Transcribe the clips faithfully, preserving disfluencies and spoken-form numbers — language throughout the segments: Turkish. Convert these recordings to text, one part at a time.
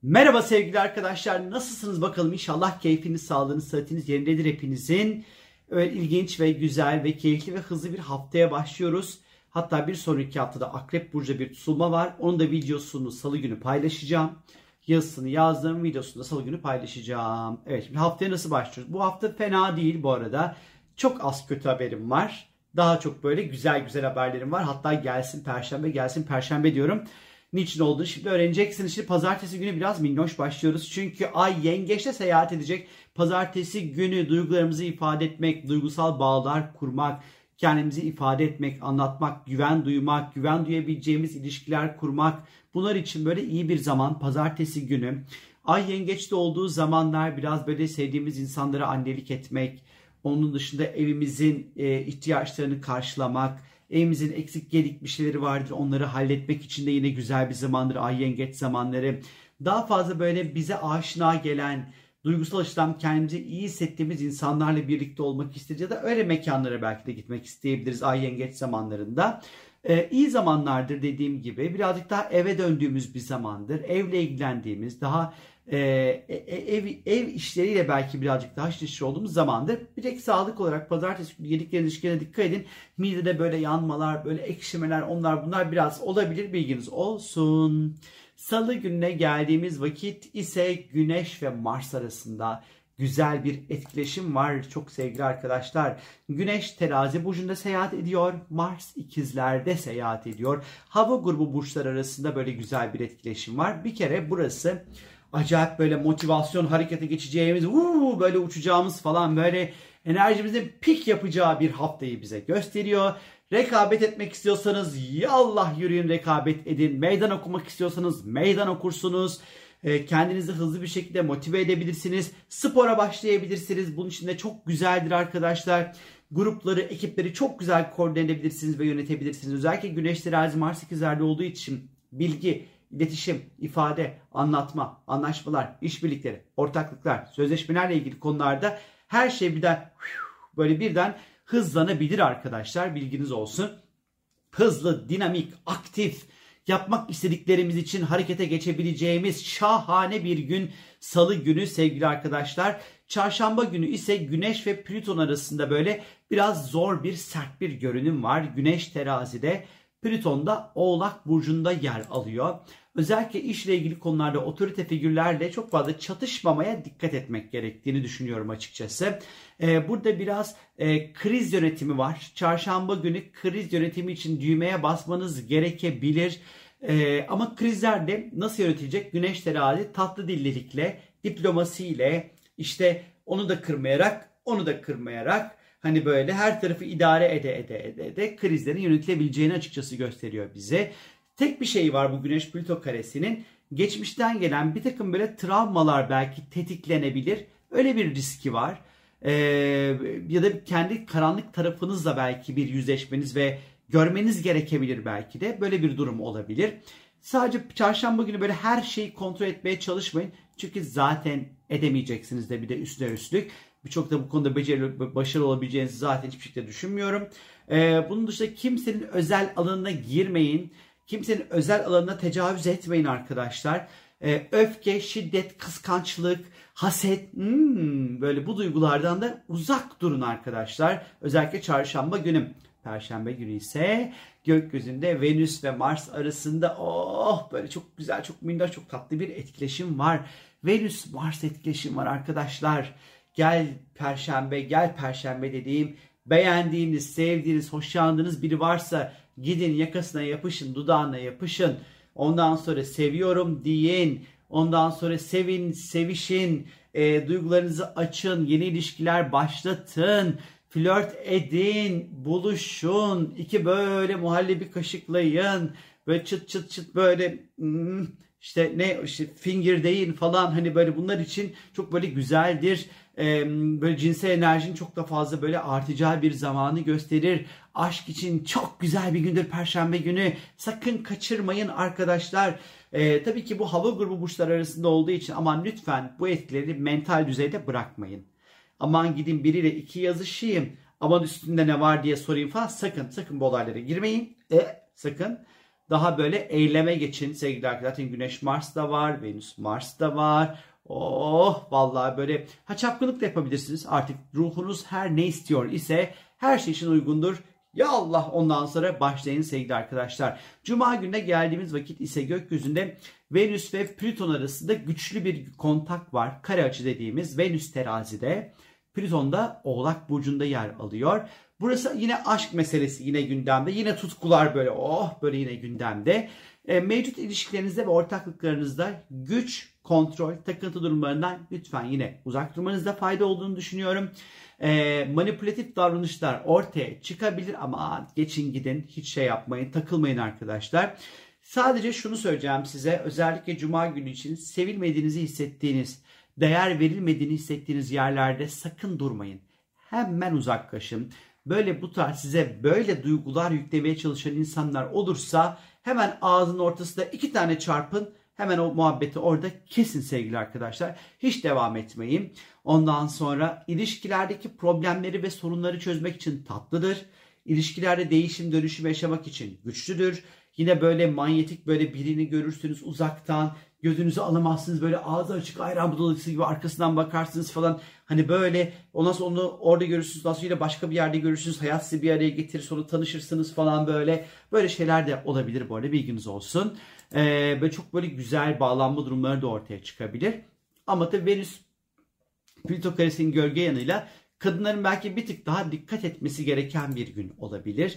Merhaba sevgili arkadaşlar, nasılsınız bakalım? İnşallah keyfiniz, sağlığınız, sıhhatiniz yerindedir hepinizin. Öyle ilginç ve güzel ve keyifli ve hızlı bir haftaya başlıyoruz. Hatta bir sonraki haftada Akrep Burcu'da bir tutulma var. Onun da videosunu salı günü paylaşacağım. Yazısını yazdım, videosunu da salı günü paylaşacağım. Evet, şimdi haftaya nasıl başlıyoruz? Bu hafta fena değil bu arada. Çok az kötü haberim var. Daha çok böyle güzel güzel haberlerim var. Hatta gelsin Perşembe, gelsin Perşembe diyorum. Niçin olduğunu şimdi öğreneceksiniz. Şimdi pazartesi günü biraz minnoş başlıyoruz. Çünkü ay yengeçte seyahat edecek. Pazartesi günü duygularımızı ifade etmek, duygusal bağlar kurmak, kendimizi ifade etmek, anlatmak, güven duymak, güven duyabileceğimiz ilişkiler kurmak. Bunlar için böyle iyi bir zaman pazartesi günü. Ay yengeçte olduğu zamanlar biraz böyle sevdiğimiz insanlara annelik etmek, onun dışında evimizin e, ihtiyaçlarını karşılamak, evimizin eksik gedik bir şeyleri vardır. Onları halletmek için de yine güzel bir zamandır ay yengeç zamanları. Daha fazla böyle bize aşina gelen, duygusal açıdan kendimizi iyi hissettiğimiz insanlarla birlikte olmak isteriz. Ya da öyle mekanlara belki de gitmek isteyebiliriz ay yengeç zamanlarında. Ee, iyi zamanlardır dediğim gibi. Birazcık daha eve döndüğümüz bir zamandır. Evle ilgilendiğimiz, daha e, ev, ev işleriyle belki birazcık daha haşır olduğumuz zamandır. Bir tek sağlık olarak pazartesi günü yedikleriniz ilişkilerine dikkat edin. Midede böyle yanmalar, böyle ekşimeler, onlar bunlar biraz olabilir, bilginiz olsun. Salı gününe geldiğimiz vakit ise Güneş ve Mars arasında güzel bir etkileşim var çok sevgili arkadaşlar. Güneş Terazi burcunda seyahat ediyor. Mars İkizler'de seyahat ediyor. Hava grubu burçlar arasında böyle güzel bir etkileşim var. Bir kere burası acayip böyle motivasyon, harekete geçeceğimiz, uuu, böyle uçacağımız falan, böyle enerjimizin pik yapacağı bir haftayı bize gösteriyor. Rekabet etmek istiyorsanız yallah yürüyün, rekabet edin. Meydan okumak istiyorsanız meydan okursunuz. Kendinizi hızlı bir şekilde motive edebilirsiniz. Spora başlayabilirsiniz. Bunun için de çok güzeldir arkadaşlar. Grupları, ekipleri çok güzel koordine edebilirsiniz ve yönetebilirsiniz. Özellikle Güneş Terazi Mars ikizlerde olduğu için bilgi, iletişim, ifade, anlatma, anlaşmalar, işbirlikleri, ortaklıklar, sözleşmelerle ilgili konularda her şey birden böyle birden hızlanabilir arkadaşlar. Bilginiz olsun. Hızlı, dinamik, aktif, yapmak istediklerimiz için harekete geçebileceğimiz şahane bir gün salı günü sevgili arkadaşlar. Çarşamba günü ise Güneş ve Plüton arasında böyle biraz zor bir sert bir görünüm var. Güneş Terazi'de, Plüton da Oğlak Burcu'nda yer alıyor. Özellikle işle ilgili konularda otorite figürlerle çok fazla çatışmamaya dikkat etmek gerektiğini düşünüyorum açıkçası. Ee, burada biraz e, kriz yönetimi var. Çarşamba günü kriz yönetimi için düğmeye basmanız gerekebilir. Ee, ama krizlerde nasıl yönetilecek? Güneş Terazi tatlı dillilikle, diplomasiyle, işte onu da kırmayarak, onu da kırmayarak, hani böyle her tarafı idare ede ede ede ede krizlerin yönetilebileceğini açıkçası gösteriyor bize. Tek bir şey var bu Güneş Plüto karesinin. Geçmişten gelen bir takım böyle travmalar belki tetiklenebilir. Öyle bir riski var. Ee, ya da kendi karanlık tarafınızla belki bir yüzleşmeniz ve görmeniz gerekebilir belki de. Böyle bir durum olabilir. Sadece çarşamba günü böyle her şeyi kontrol etmeye çalışmayın. Çünkü zaten edemeyeceksiniz de bir de üstüne üstlük. Birçok da bu konuda becerili, başarılı olabileceğinizi zaten hiçbir şekilde düşünmüyorum. Ee, bunun dışında kimsenin özel alanına girmeyin. Kimsenin özel alanına tecavüz etmeyin arkadaşlar. Ee, öfke, şiddet, kıskançlık, haset, hmm, böyle bu duygulardan da uzak durun arkadaşlar. Özellikle çarşamba günü. Perşembe günü ise gökyüzünde Venüs ve Mars arasında oh böyle çok güzel, çok minnoş, çok tatlı bir etkileşim var. Venüs-Mars etkileşim var arkadaşlar. Gel Perşembe, gel Perşembe dediğim, beğendiğiniz, sevdiğiniz, hoşlandığınız biri varsa gidin yakasına yapışın, dudağına yapışın. Ondan sonra seviyorum deyin. Ondan sonra sevin, sevişin. E, duygularınızı açın. Yeni ilişkiler başlatın. Flört edin. Buluşun. İki böyle muhallebi kaşıklayın. Böyle çıt çıt çıt böyle hmm, işte ne işte finger deyin falan. Hani böyle bunlar için çok böyle güzeldir. Böyle cinsel enerjinin çok da fazla böyle artacağı bir zamanı gösterir. Aşk için çok güzel bir gündür Perşembe günü. Sakın kaçırmayın arkadaşlar. Ee, tabii ki bu hava grubu burçlar arasında olduğu için aman lütfen bu etkileri mental düzeyde bırakmayın. Aman gidin biriyle iki yazışayım, aman üstünde ne var diye sorayım falan. Sakın sakın bu olaylara girmeyin. E, sakın. Daha böyle eyleme geçin sevgili arkadaşlar. Zaten Güneş Mars'ta var, Venüs Mars'ta var. Oh vallahi böyle ha çapkınlık da yapabilirsiniz. Artık ruhunuz her ne istiyor ise her şey için uygundur. Ya Allah, ondan sonra başlayın sevgili arkadaşlar. Cuma gününe geldiğimiz vakit ise gökyüzünde Venüs ve Plüton arasında güçlü bir kontak var. Kare açı dediğimiz Venüs terazide, Plüton da Oğlak burcunda yer alıyor. Burası yine aşk meselesi yine gündemde. Yine tutkular böyle oh böyle yine gündemde. E, mevcut ilişkilerinizde ve ortaklıklarınızda güç, kontrol, takıntı durumlarından lütfen yine uzak durmanızda fayda olduğunu düşünüyorum. E, manipülatif davranışlar ortaya çıkabilir ama geçin gidin, hiç şey yapmayın, takılmayın arkadaşlar. Sadece şunu söyleyeceğim size, özellikle Cuma günü için sevilmediğinizi hissettiğiniz, değer verilmediğini hissettiğiniz yerlerde sakın durmayın. Hemen uzaklaşın. Böyle bu tarz size böyle duygular yüklemeye çalışan insanlar olursa hemen ağzının ortasında iki tane çarpın. Hemen o muhabbeti orada kesin sevgili arkadaşlar. Hiç devam etmeyin. Ondan sonra ilişkilerdeki problemleri ve sorunları çözmek için tatlıdır. İlişkilerde değişim dönüşüm yaşamak için güçlüdür. Yine böyle manyetik böyle birini görürsünüz uzaktan. Gözünüzü alamazsınız, böyle ağzı açık ayran budalalısı gibi arkasından bakarsınız falan. Hani böyle ondan sonra onu orada görürsünüz. Ondan sonra yine başka bir yerde görürsünüz. Hayat sizi bir araya getirir, sonra tanışırsınız falan böyle. Böyle şeyler de olabilir bu arada, bilginiz olsun. Ee, böyle çok böyle güzel bağlanma durumları da ortaya çıkabilir. Ama tabii Venüs Plüto karesinin gölge yanıyla kadınların belki bir tık daha dikkat etmesi gereken bir gün olabilir.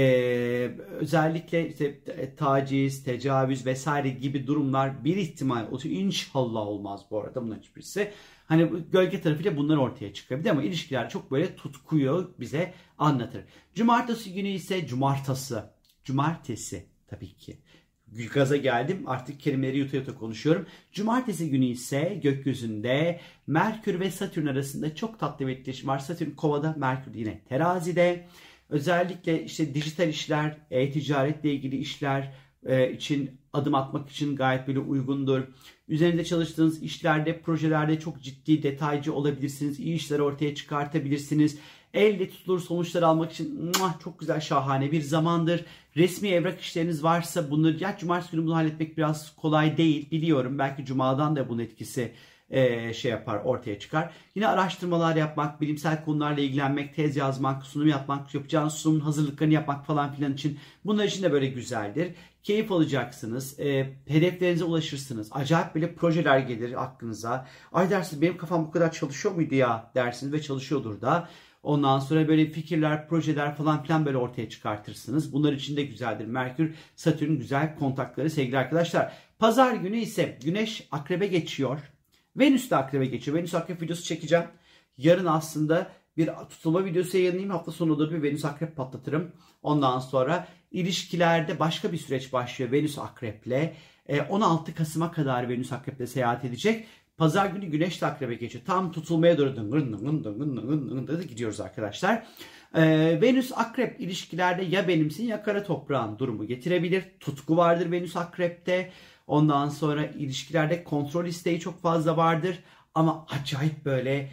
Ee, özellikle işte taciz, tecavüz vesaire gibi durumlar bir ihtimal olsun. İnşallah olmaz bu arada bunların hiçbirisi. Hani gölge tarafıyla bunlar ortaya çıkabilir ama ilişkiler çok böyle tutkuyu bize anlatır. Cumartesi günü ise cumartesi. Cumartesi tabii ki. Gaza geldim, artık kelimeleri yuta yuta konuşuyorum. Cumartesi günü ise gökyüzünde Merkür ve Satürn arasında çok tatlı bir etkileşim var. Satürn Kova'da, Merkür yine Terazi'de. Özellikle işte dijital işler, e-ticaretle ilgili işler için adım atmak için gayet böyle uygundur. Üzerinde çalıştığınız işlerde, projelerde çok ciddi, detaycı olabilirsiniz. İyi işler ortaya çıkartabilirsiniz. Elle tutulur sonuçlar almak için çok güzel, şahane bir zamandır. Resmi evrak işleriniz varsa bunları, ya cumartesi günü bunu halletmek biraz kolay değil biliyorum. Belki cumadan da bunun etkisi e, şey yapar, ortaya çıkar. Yine araştırmalar yapmak, bilimsel konularla ilgilenmek, tez yazmak, sunum yapmak, yapacağınız sunumun hazırlıklarını yapmak falan filan için bunlar için de böyle güzeldir. Keyif alacaksınız, e, hedeflerinize ulaşırsınız. Acayip böyle projeler gelir aklınıza. Ay dersiniz, benim kafam bu kadar çalışıyor muydu ya dersiniz ve çalışıyordur da. Ondan sonra böyle fikirler, projeler falan filan böyle ortaya çıkartırsınız. Bunlar için de güzeldir. Merkür, Satürn güzel kontakları sevgili arkadaşlar. Pazar günü ise Güneş Akrep'e geçiyor. Venüs de Akrep'e geçiyor. Venüs Akrep videosu çekeceğim. Yarın aslında bir tutulma videosu yayınlayayım. Hafta sonu da bir Venüs Akrep patlatırım. Ondan sonra ilişkilerde başka bir süreç başlıyor Venüs Akrep'le. on altı Kasım'a kadar Venüs Akrep'le seyahat edecek. Pazar günü Güneş de Akrep'e geçiyor. Tam tutulmaya doğru dıngın dıngın dıngın dıngın dıngın gidiyoruz arkadaşlar. Ee, Venüs Akrep ilişkilerde ya benimsin ya kara toprağın durumu getirebilir. Tutku vardır Venüs Akrep'te. Ondan sonra ilişkilerde kontrol isteği çok fazla vardır. Ama acayip böyle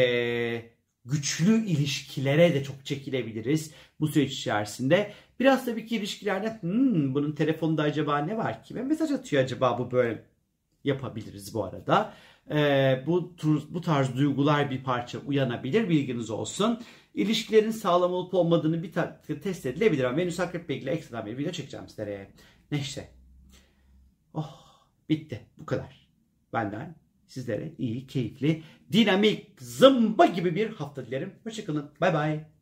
e, güçlü ilişkilere de çok çekilebiliriz bu süreç içerisinde. Biraz tabii ki ilişkilerde hmm, bunun telefonunda acaba ne var ki? Ve mesaj atıyor acaba bu böyle yapabiliriz bu arada. Ee, bu, bu tarz duygular bir parça uyanabilir, bilginiz olsun. İlişkilerin sağlam olup olmadığını bir test edilebilir. Ama Venüs Akrep'le ilgili ekstradan bir video çekeceğim sizlere. Neyse. Oh, bitti. Bu kadar. Benden sizlere iyi, keyifli, dinamik, zımba gibi bir hafta dilerim. Hoşçakalın. Bay bay.